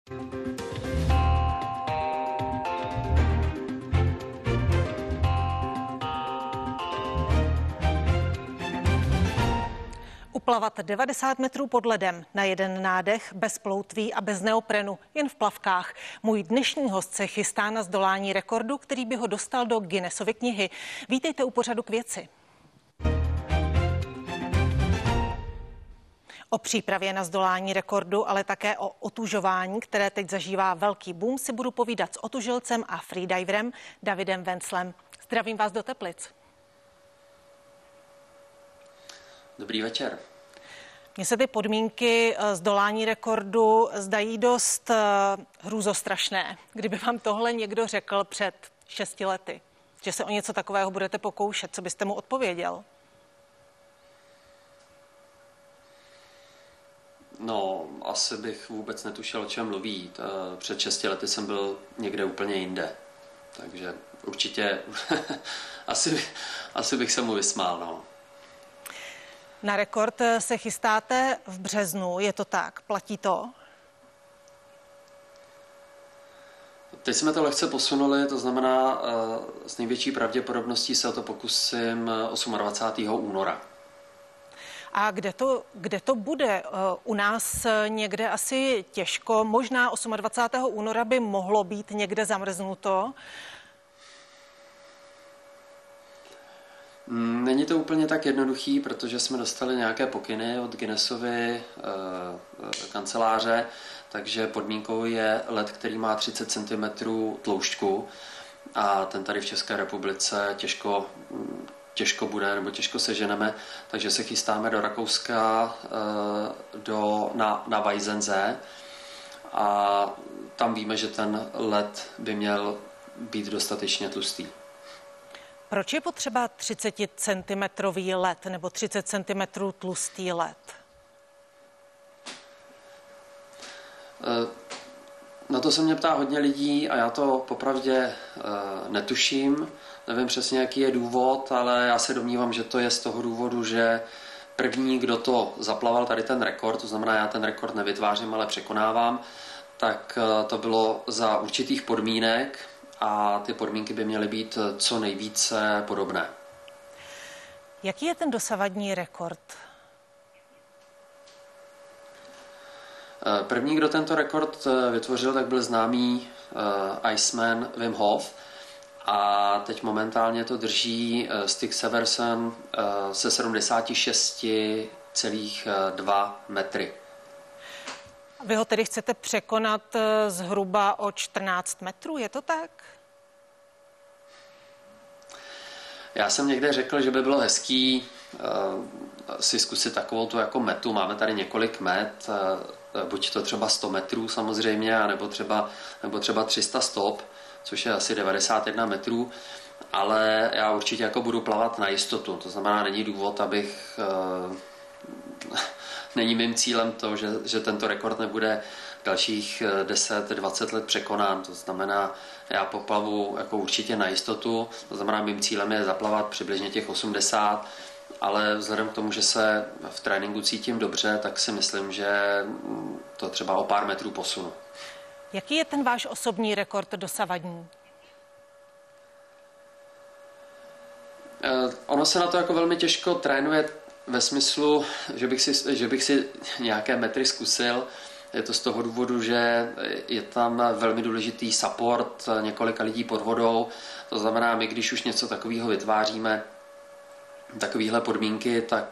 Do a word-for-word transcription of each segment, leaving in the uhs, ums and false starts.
Uplavat devadesát metrů pod ledem na jeden nádech, bez ploutví a bez neoprenu, jen v plavkách. Můj dnešní host se chystá na zdolání rekordu, který by ho dostal do Guinnessovy knihy. Vítejte u pořadu K věci. O přípravě na zdolání rekordu, ale také o otužování, které teď zažívá velký boom, si budu povídat s otužilcem a freediverem Davidem Venclem. Zdravím vás do Teplic. Dobrý večer. Mně se ty podmínky zdolání rekordu zdají dost hrůzostrašné. Kdyby vám tohle někdo řekl před šesti lety, že se o něco takového budete pokoušet, co byste mu odpověděl? No, asi bych vůbec netušil, o čem mluví. Před šesti lety jsem byl někde úplně jinde. Takže určitě asi, asi bych se mu vysmál, no. Na rekord se chystáte v březnu, je to tak? Platí to? Teď jsme to lehce posunuli, to znamená, s největší pravděpodobností se o to pokusím dvacátého osmého února. A kde to, kde to bude? U nás někde asi těžko, možná dvacátého osmého února by mohlo být někde zamrznuto. Není to úplně tak jednoduchý, protože jsme dostali nějaké pokyny od Guinnessovy e, kanceláře, takže podmínkou je led, který má třicet centimetrů tloušťku a ten tady v České republice těžko, těžko bude nebo těžko seženeme, takže se chystáme do Rakouska e, do, na, na Weissensee a tam víme, že ten led by měl být dostatečně tlustý. Proč je potřeba třiceticentimetrový led nebo třicet centimetrů tlustý led? Na to se mě ptá hodně lidí a já to popravdě netuším. Nevím přesně, jaký je důvod, ale já se domnívám, že to je z toho důvodu, že první, kdo to zaplaval tady ten rekord, to znamená, já ten rekord nevytvářím, ale překonávám, tak to bylo za určitých podmínek, a ty podmínky by měly být co nejvíce podobné. Jaký je ten dosavadní rekord? První, kdo tento rekord vytvořil, tak byl známý uh, Iceman Wim Hof a teď momentálně to drží uh, Stig Severson uh, se sedmdesát šest celá dva metry. Vy ho tedy chcete překonat zhruba o čtrnáct metrů, je to tak? Já jsem někde řekl, že by bylo hezký uh, si zkusit takovou tu jako metu. Máme tady několik met, uh, buď to třeba sto metrů samozřejmě, nebo třeba, nebo třeba tři sta stop, což je asi devadesát jedna metrů, ale já určitě jako budu plavat na jistotu. To znamená, není důvod, abych... Uh, Není mým cílem to, že, že tento rekord nebude dalších deset dvacet let překonán. To znamená, já poplavu jako určitě na jistotu. To znamená, mým cílem je zaplavat přibližně těch osmdesát, ale vzhledem k tomu, že se v tréninku cítím dobře, tak si myslím, že to třeba o pár metrů posunu. Jaký je ten váš osobní rekord dosavadní? Ono se na to jako velmi těžko trénuje ve smyslu, že bych si, že bych si nějaké metry zkusil. Je to z toho důvodu, že je tam velmi důležitý support několika lidí pod vodou. To znamená, my když už něco takového vytváříme, takovéhle podmínky, tak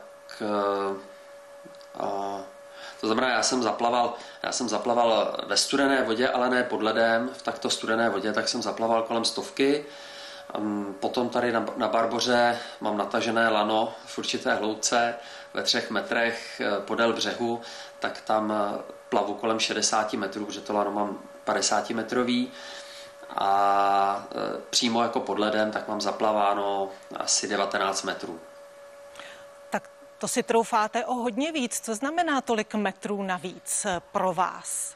a, to znamená, já jsem zaplaval, já jsem zaplaval ve studené vodě, ale ne pod ledem, v takto studené vodě, tak jsem zaplaval kolem stovky. Potom tady na, na Barboře mám natažené lano v určité hloubce ve třech metrech podél břehu, tak tam plavu kolem šedesáti metrů, protože to lano mám padesátimetrový a přímo jako pod ledem tak mám zaplaváno asi devatenáct metrů. Tak to si troufáte o hodně víc. Co znamená tolik metrů navíc pro vás?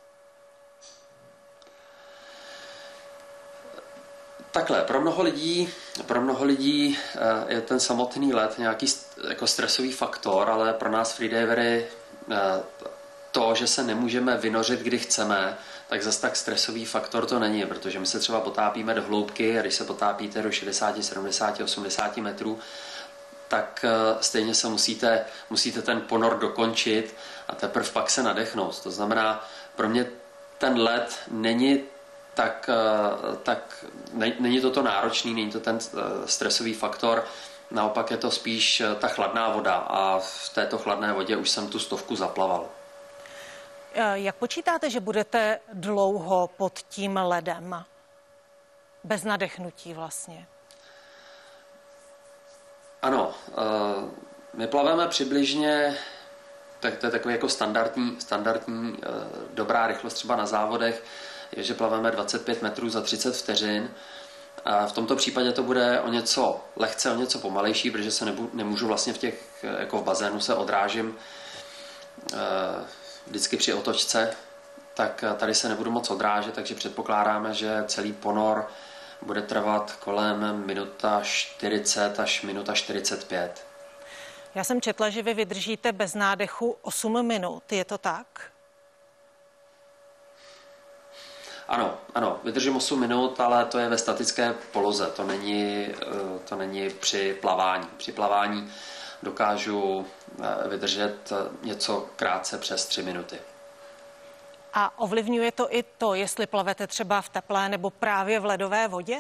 Takhle, pro mnoho lidí, pro mnoho lidí je ten samotný let nějaký jako stresový faktor, ale pro nás freedivery to, že se nemůžeme vynořit, kdy chceme, tak zase tak stresový faktor to není, protože my se třeba potápíme do hloubky a když se potápíte do šedesát, sedmdesát, osmdesát metrů, tak stejně se musíte, musíte ten ponor dokončit a teprve pak se nadechnout. To znamená, pro mě ten led není tak, tak není to to náročný, není to ten stresový faktor, naopak je to spíš ta chladná voda a v této chladné vodě už jsem tu stovku zaplaval. Jak počítáte, že budete dlouho pod tím ledem? Bez nadechnutí vlastně. Ano, my plaveme přibližně, tak to je takový jako standardní, standardní dobrá rychlost třeba na závodech, je, že plaveme dvacet pět metrů za třicet vteřin. A v tomto případě to bude o něco lehce, o něco pomalejší, protože se nebu, nemůžu vlastně v těch, jako v bazénu se odrážím vždycky při otočce, tak tady se nebudu moc odrážet, takže předpokládáme, že celý ponor bude trvat kolem minuta čtyřicet až minuta čtyřicet pět. Já jsem četla, že vy vydržíte bez nádechu osm minut, je to tak? Ano, ano, vydržím osm minut, ale to je ve statické poloze, to není, to není při plavání. Při plavání dokážu vydržet něco krátce přes tři minuty. A ovlivňuje to i to, jestli plavete třeba v teplé nebo právě v ledové vodě?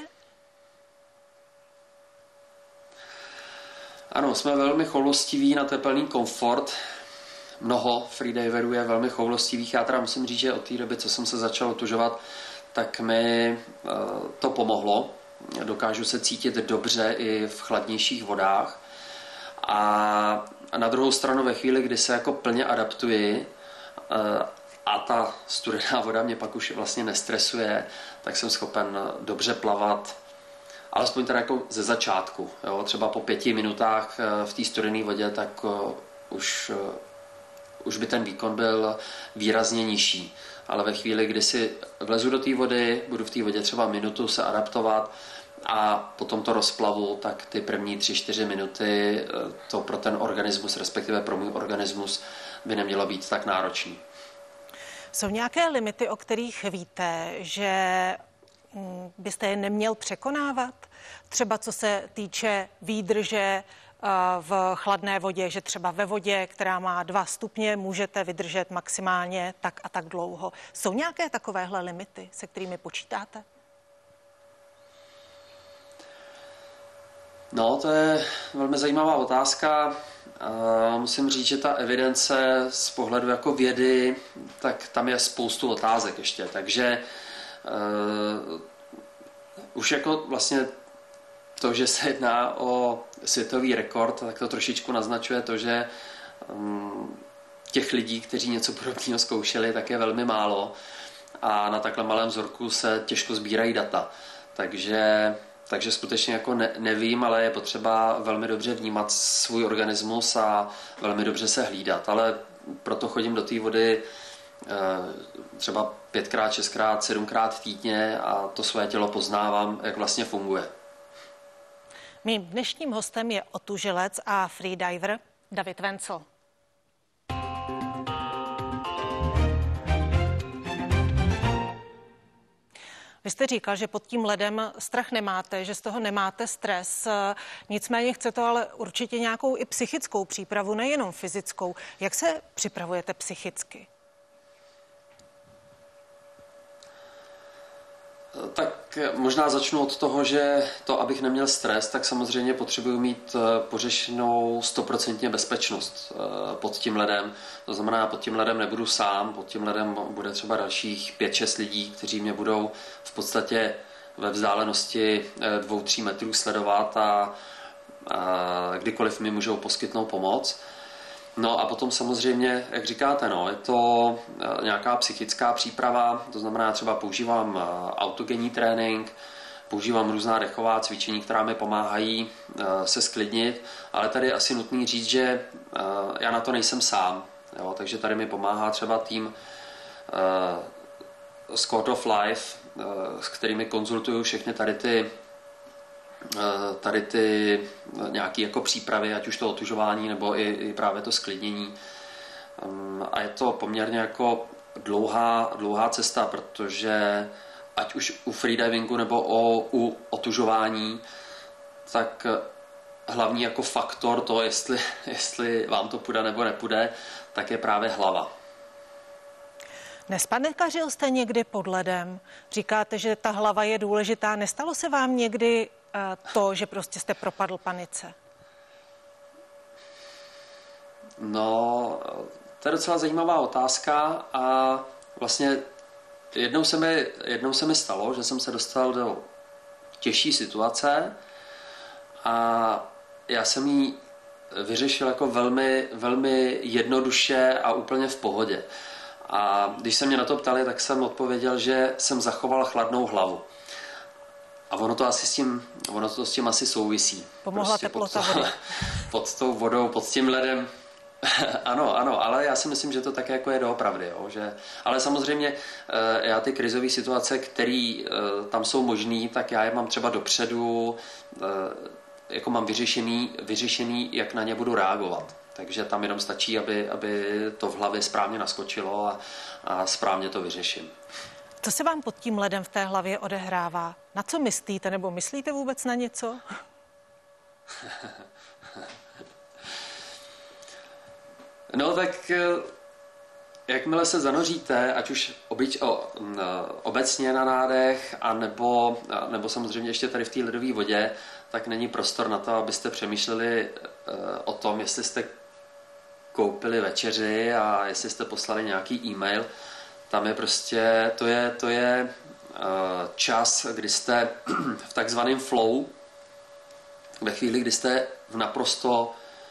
Ano, jsme velmi choulostiví na tepelný komfort. Mnoho freediverů je velmi choulostivých. Já teda musím říct, že od té doby, co jsem se začal otužovat, tak mi to pomohlo. Dokážu se cítit dobře i v chladnějších vodách. A na druhou stranu ve chvíli, kdy se jako plně adaptuji a ta studená voda mě pak už vlastně nestresuje, tak jsem schopen dobře plavat, alespoň teda jako ze začátku. Jo? Třeba po pěti minutách v té studené vodě, tak už, už by ten výkon byl výrazně nižší. Ale ve chvíli, kdy si vlezu do té vody, budu v té vodě třeba minutu se adaptovat a potom to rozplavu, tak ty první tři čtyři minuty to pro ten organismus, respektive pro můj organismus, by nemělo být tak náročný. Jsou nějaké limity, o kterých víte, že byste je neměl překonávat? Třeba co se týče výdrže v chladné vodě, že třeba ve vodě, která má dva stupně, můžete vydržet maximálně tak a tak dlouho. Jsou nějaké takovéhle limity, se kterými počítáte? No, to je velmi zajímavá otázka. Musím říct, že ta evidence z pohledu jako vědy, tak tam je spoustu otázek ještě, takže uh, už jako vlastně to, že se jedná o světový rekord, tak to trošičku naznačuje to, že um, těch lidí, kteří něco podobného zkoušeli, tak je velmi málo a na takhle malém vzorku se těžko sbírají data, takže Takže skutečně jako ne, nevím, ale je potřeba velmi dobře vnímat svůj organismus a velmi dobře se hlídat. Ale proto chodím do té vody třeba pětkrát, šestkrát, sedmkrát týdně a to své tělo poznávám, jak vlastně funguje. Mým dnešním hostem je otužilec a freediver David Wenzl. Vy jste říkal, že pod tím ledem strach nemáte, že z toho nemáte stres, nicméně chce to ale určitě nějakou i psychickou přípravu, nejenom fyzickou. Jak se připravujete psychicky? Tak možná začnu od toho, že to, abych neměl stres, tak samozřejmě potřebuji mít pořešenou stoprocentně bezpečnost pod tím ledem. To znamená, pod tím ledem nebudu sám, pod tím ledem bude třeba dalších pět šest lidí, kteří mě budou v podstatě ve vzdálenosti dvou tří metrů sledovat a, a kdykoliv mi můžou poskytnout pomoc. No a potom samozřejmě, jak říkáte, no, je to nějaká psychická příprava, to znamená, třeba používám autogenní trénink, používám různá dechová cvičení, která mi pomáhají se sklidnit, ale tady je asi nutný říct, že já na to nejsem sám, jo, takže tady mi pomáhá třeba tým Squad of Life, s kterými konzultuju všechny tady ty tady ty nějaké jako přípravy, ať už to otužování nebo i, i právě to sklidnění. A je to poměrně jako dlouhá, dlouhá cesta, protože ať už u freedivingu nebo o, u otužování, tak hlavní jako faktor to, jestli, jestli vám to půjde nebo nepůjde, tak je právě hlava. Nespanikařil jste někdy pod ledem? Říkáte, že ta hlava je důležitá. Nestalo se vám někdy uh, to, že prostě jste propadl panice? No, to je docela zajímavá otázka a vlastně jednou se mi, jednou se mi stalo, že jsem se dostal do těžší situace a já jsem ji vyřešil jako velmi, velmi jednoduše a úplně v pohodě. A když se mě na to ptali, tak jsem odpověděl, že jsem zachoval chladnou hlavu. A ono to asi s tím, ono to s tím asi souvisí. Pomohla prostě teplota pod, vody. Pod tou vodou, pod tím ledem. Ano, ano, ale já si myslím, že to tak jako je doopravdy. Jo? Že, ale samozřejmě já ty krizové situace, které tam jsou možné, tak já je mám třeba dopředu, jako mám vyřešený, vyřešený, jak na ně budu reagovat. Takže tam jenom stačí, aby, aby to v hlavě správně naskočilo a, a správně to vyřeším. Co se vám pod tím ledem v té hlavě odehrává? Na co myslíte, nebo myslíte vůbec na něco? No tak jakmile se zanoříte, ať už obyč, o, obecně na nádech, a nebo, a nebo samozřejmě ještě tady v té ledové vodě, tak není prostor na to, abyste přemýšleli o tom, jestli jste koupili večeři a jestli jste poslali nějaký e-mail. Tam je prostě, to je, to je čas, kdy jste v takzvaném flow, ve chvíli, kdy jste v naprosto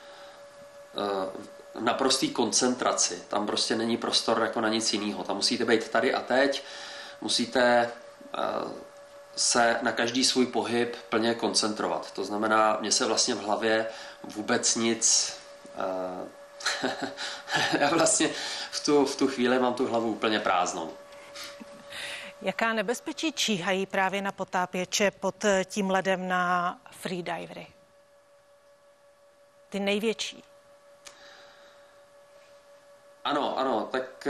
v naprostý koncentraci. Tam prostě není prostor jako na nic jiného. Tam musíte být tady a teď, musíte se na každý svůj pohyb plně koncentrovat. To znamená, mně se vlastně v hlavě vůbec nic... Já vlastně v tu, v tu chvíli mám tu hlavu úplně prázdnou. Jaká nebezpečí číhají právě na potápěče pod tím ledem na freedivery? Ty největší. Ano, ano, tak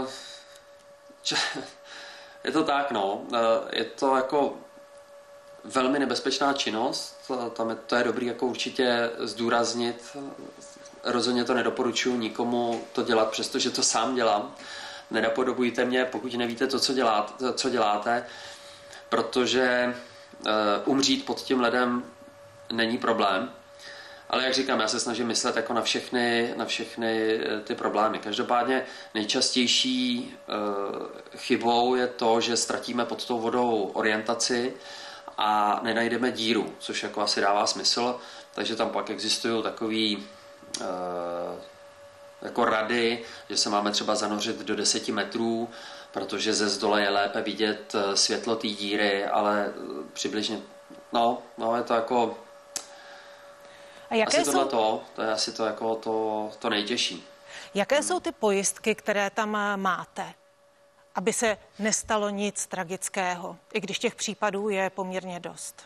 je to tak, no. Je to jako velmi nebezpečná činnost, tam je, to je dobrý jako určitě zdůraznit. Rozhodně to nedoporučuji nikomu to dělat, přestože to sám dělám. Nenapodobujte mě, pokud nevíte to, co děláte, co děláte, protože umřít pod tím ledem není problém. Ale jak říkám, já se snažím myslet jako na všechny, na všechny ty problémy. Každopádně nejčastější chybou je to, že ztratíme pod tou vodou orientaci a nenajdeme díru, což jako asi dává smysl. Takže tam pak existují takový jako rady, že se máme třeba zanořit do deseti metrů, protože ze zdole je lépe vidět světlo té díry, ale přibližně, no, no je to jako... A jaké asi tohle jsou... to, to je asi to, jako to, to nejtěžší. Jaké hmm. jsou ty pojistky, které tam máte, aby se nestalo nic tragického, i když těch případů je poměrně dost?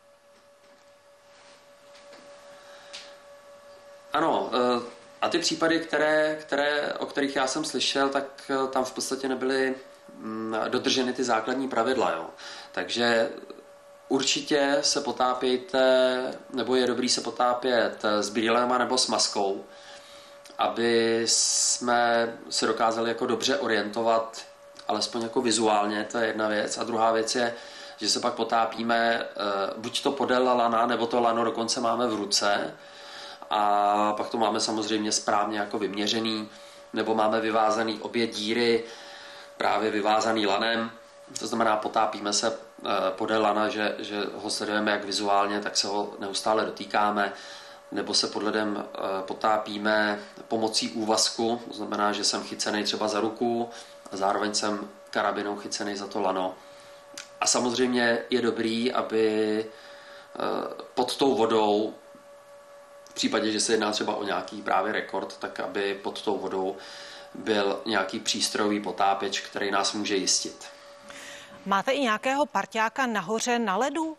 Ano, a ty případy, které, které, o kterých já jsem slyšel, tak tam v podstatě nebyly dodrženy ty základní pravidla. Jo. Takže určitě se potápějte, nebo je dobrý se potápět s brýlema nebo s maskou, aby jsme se dokázali jako dobře orientovat, alespoň jako vizuálně, to je jedna věc. A druhá věc je, že se pak potápíme buď to podél lana, nebo to lano dokonce máme v ruce, a pak to máme samozřejmě správně jako vyměřený, nebo máme vyvázaný obě díry, právě vyvázaný lanem, to znamená potápíme se podél lana, že, že ho sledujeme jak vizuálně, tak se ho neustále dotýkáme, nebo se pod ledem potápíme pomocí úvazku, to znamená, že jsem chycený třeba za ruku a zároveň jsem karabinou chycený za to lano. A samozřejmě je dobrý, aby pod tou vodou, v případě, že se jedná třeba o nějaký právě rekord, tak aby pod tou vodou byl nějaký přístrojový potápěč, který nás může jistit. Máte i nějakého parťáka nahoře na ledu?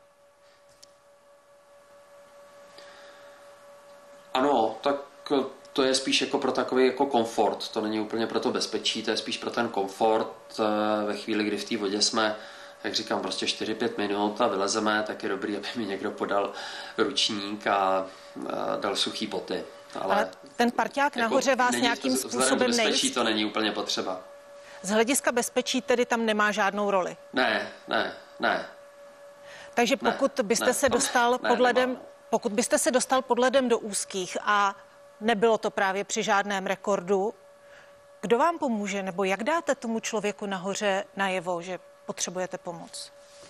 Ano, tak to je spíš jako pro takový jako komfort, to není úplně pro to bezpečí, to je spíš pro ten komfort ve chvíli, kdy v té vodě jsme, jak říkám, prostě čtyři pět minut a vylezeme, tak je dobrý, aby mi někdo podal ručník a dal suchý boty. Ale, Ale ten parťák jako nahoře vás není, nějakým způsobem bezpečí nejistí? To není úplně potřeba. Z hlediska bezpečí tedy tam nemá žádnou roli? Ne, ne, ne. Takže pokud ne, byste ne, se dostal ne, pod ledem, nemám. pokud byste se dostal pod ledem do úzkých a nebylo to právě při žádném rekordu, kdo vám pomůže, nebo jak dáte tomu člověku nahoře najevo, že potřebujete pomoc?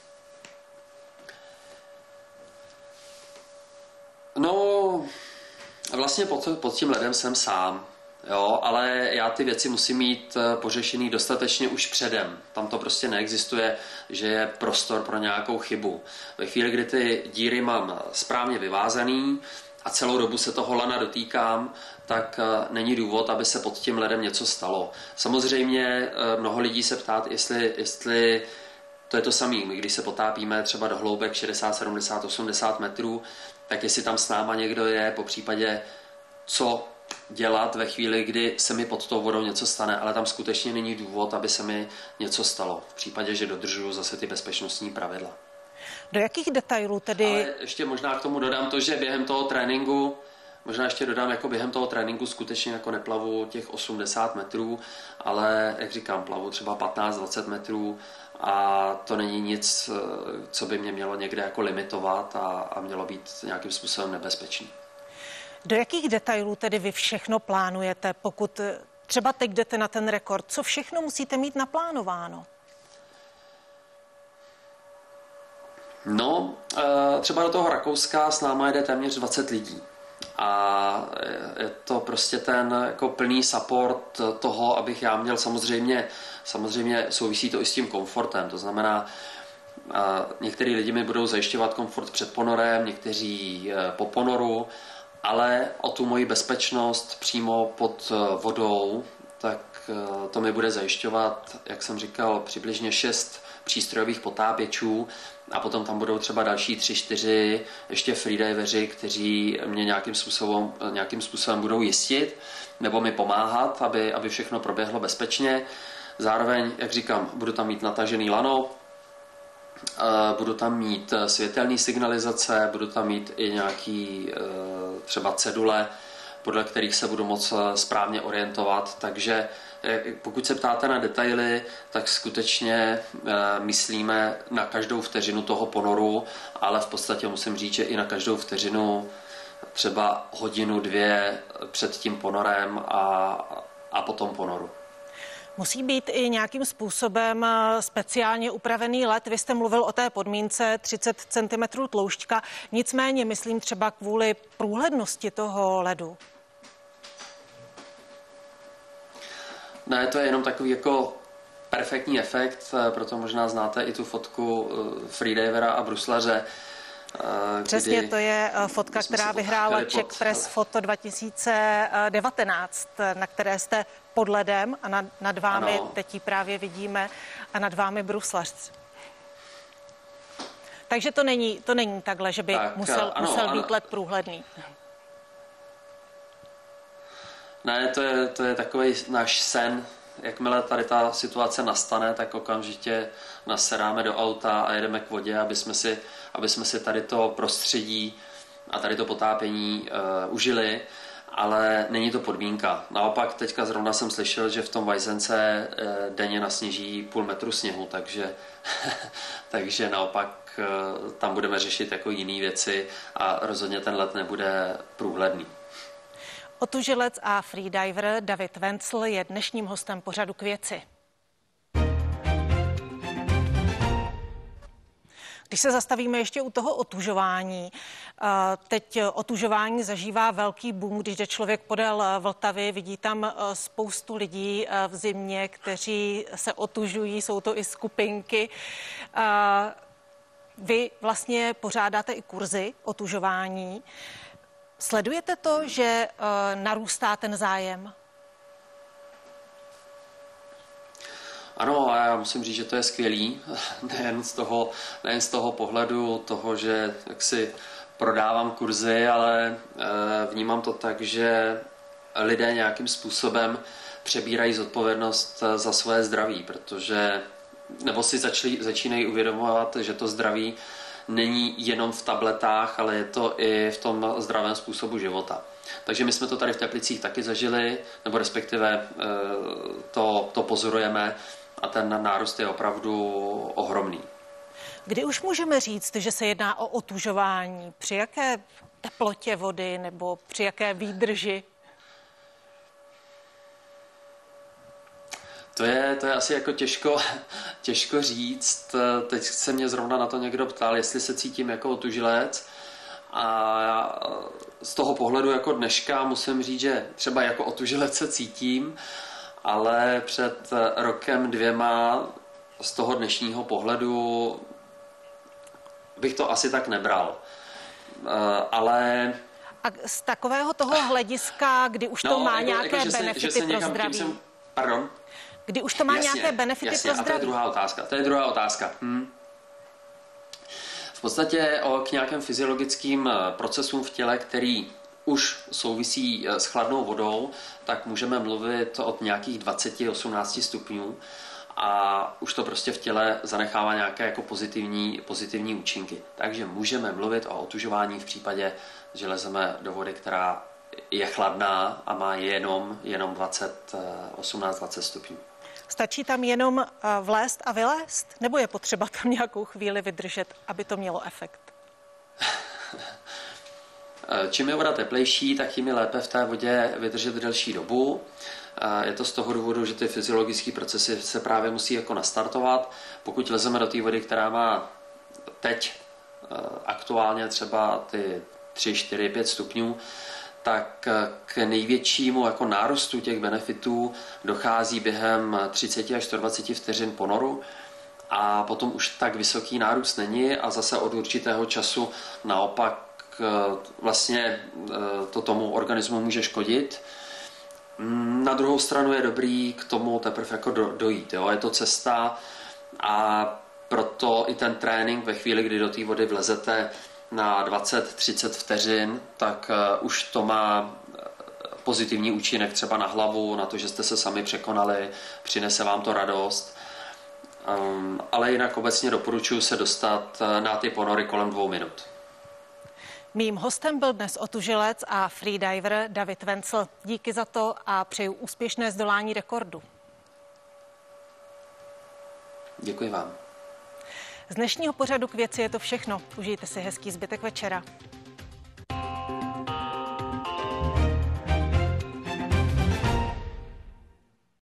No, vlastně pod, pod tím ledem jsem sám, jo, ale já ty věci musím mít pořešený dostatečně už předem. Tam to prostě neexistuje, že je prostor pro nějakou chybu. Ve chvíli, kdy ty díry mám správně vyvázaný a celou dobu se toho lana dotýkám, tak není důvod, aby se pod tím ledem něco stalo. Samozřejmě mnoho lidí se ptát, jestli, jestli to je to samé, když se potápíme třeba do hloubek šedesát, sedmdesát, osmdesát metrů, tak jestli tam s náma někdo je, po případě co dělat ve chvíli, kdy se mi pod tou vodou něco stane, ale tam skutečně není důvod, aby se mi něco stalo. V případě, že dodržuju zase ty bezpečnostní pravidla. Do jakých detailů tedy... Ale ještě možná k tomu dodám to, že během toho tréninku, možná ještě dodám, jako během toho tréninku skutečně jako neplavu těch osmdesát metrů, ale jak říkám, plavu třeba patnáct dvacet metrů a to není nic, co by mě mělo někde jako limitovat a, a mělo být nějakým způsobem nebezpečný. Do jakých detailů tedy vy všechno plánujete, pokud třeba teď jdete na ten rekord? Co všechno musíte mít naplánováno? No, třeba do toho Rakouska s náma jede téměř dvacet lidí. A je to prostě ten jako plný support toho, abych já měl samozřejmě, samozřejmě souvisí to i s tím komfortem, to znamená, některý lidi mi budou zajišťovat komfort před ponorem, někteří po ponoru, ale o tu moji bezpečnost přímo pod vodou, tak to mi bude zajišťovat, jak jsem říkal, přibližně šest přístrojových potápěčů a potom tam budou třeba další tři, čtyři ještě freediveři, kteří mě nějakým způsobem, nějakým způsobem budou jistit nebo mi pomáhat, aby, aby všechno proběhlo bezpečně. Zároveň, jak říkám, budu tam mít natažený lano, budu tam mít světelné signalizace, budu tam mít i nějaký třeba cedule, podle kterých se budu moct správně orientovat, takže pokud se ptáte na detaily, tak skutečně myslíme na každou vteřinu toho ponoru, ale v podstatě musím říct, že i na každou vteřinu třeba hodinu, dvě před tím ponorem a, a po tom ponoru. Musí být i nějakým způsobem speciálně upravený led. Vy jste mluvil o té podmínce třicet centimetrů tloušťka, nicméně myslím třeba kvůli průhlednosti toho ledu. Ne, to je jenom takový jako perfektní efekt, proto možná znáte i tu fotku freedivera a bruslaře. Přesně, to je fotka, která vyhrála Czech Press Photo dva tisíce devatenáct, na které jste pod ledem a nad, nad vámi, ano. Teď ji právě vidíme, a nad vámi bruslař. Takže to není, to není takhle, že by tak, musel, ano, musel být ano. led průhledný. Ne, to je, to je takový náš sen. Jakmile tady ta situace nastane, tak okamžitě nasedáme do auta a jedeme k vodě, aby jsme si, aby jsme si tady to prostředí a tady to potápění uh, užili, ale není to podmínka. Naopak teďka zrovna jsem slyšel, že v tom Vajzence uh, denně nasněží půl metru sněhu, takže, takže naopak uh, tam budeme řešit jako jiné věci a rozhodně ten let nebude průhledný. Otužilec a freediver David Wenzl je dnešním hostem pořadu K věci. Když se zastavíme ještě u toho otužování, teď otužování zažívá velký boom, když jde člověk podél Vltavy, vidí tam spoustu lidí v zimě, kteří se otužují, jsou to i skupinky. Vy vlastně pořádáte i kurzy otužování. Sledujete to, že uh, narůstá ten zájem? Ano, a já musím říct, že to je skvělý, nejen z toho, nejen z toho pohledu toho, že jak si prodávám kurzy, ale uh, vnímám to tak, že lidé nějakým způsobem přebírají zodpovědnost za svoje zdraví, protože nebo si začali, začínají uvědomovat, že to zdraví není jenom v tabletách, ale je to i v tom zdravém způsobu života. Takže my jsme to tady v Teplicích taky zažili, nebo respektive to, to pozorujeme a ten nárůst je opravdu ohromný. Kdy už můžeme říct, že se jedná o otužování? Při jaké teplotě vody nebo při jaké výdrži? To je, to je asi jako těžko, těžko říct. Teď se mě zrovna na to někdo ptal, jestli se cítím jako otužilec. A já z toho pohledu jako dneška musím říct, že třeba jako otužilec se cítím, ale před rokem dvěma z toho dnešního pohledu bych to asi tak nebral. Ale... A z takového toho hlediska, kdy už to no, má jako, nějaké jako, že benefity se, že se pro někam, zdraví? Jsem, pardon? Kdy už to má jasně, nějaké benefity jasně, pro zdraví? A to je druhá otázka. To je druhá otázka. Hm. V podstatě o, k nějakým fyziologickým procesům v těle, který už souvisí s chladnou vodou, tak můžeme mluvit od nějakých dvacet až osmnáct stupňů a už to prostě v těle zanechává nějaké jako pozitivní, pozitivní účinky. Takže můžeme mluvit o otužování v případě, že lezeme do vody, která je chladná a má jenom, jenom dvacet, osmnáct dvacet stupňů. Stačí tam jenom vlézt a vylézt? Nebo je potřeba tam nějakou chvíli vydržet, aby to mělo efekt? Čím je voda teplejší, tak tím je lépe v té vodě vydržet delší dobu. Je to z toho důvodu, že ty fyziologické procesy se právě musí jako nastartovat. Pokud lezeme do té vody, která má teď aktuálně třeba ty tři, čtyři, pět stupňů, tak k největšímu jako nárůstu těch benefitů dochází během třicet až sto dvacet vteřin ponoru a potom už tak vysoký nárůst není a zase od určitého času naopak vlastně to tomu organismu může škodit. Na druhou stranu je dobrý k tomu teprve jako dojít. Jo? Je to cesta a proto i ten trénink ve chvíli, kdy do té vody vlezete na dvacet třicet vteřin, tak už to má pozitivní účinek třeba na hlavu, na to, že jste se sami překonali, přinese vám to radost. Um, ale jinak obecně doporučuji se dostat na ty ponory kolem dvou minut. Mým hostem byl dnes otužilec a freediver David Vencl. Díky za to a přeju úspěšné zdolání rekordu. Děkuji vám. Z dnešního pořadu K věci je to všechno. Užijte si hezký zbytek večera.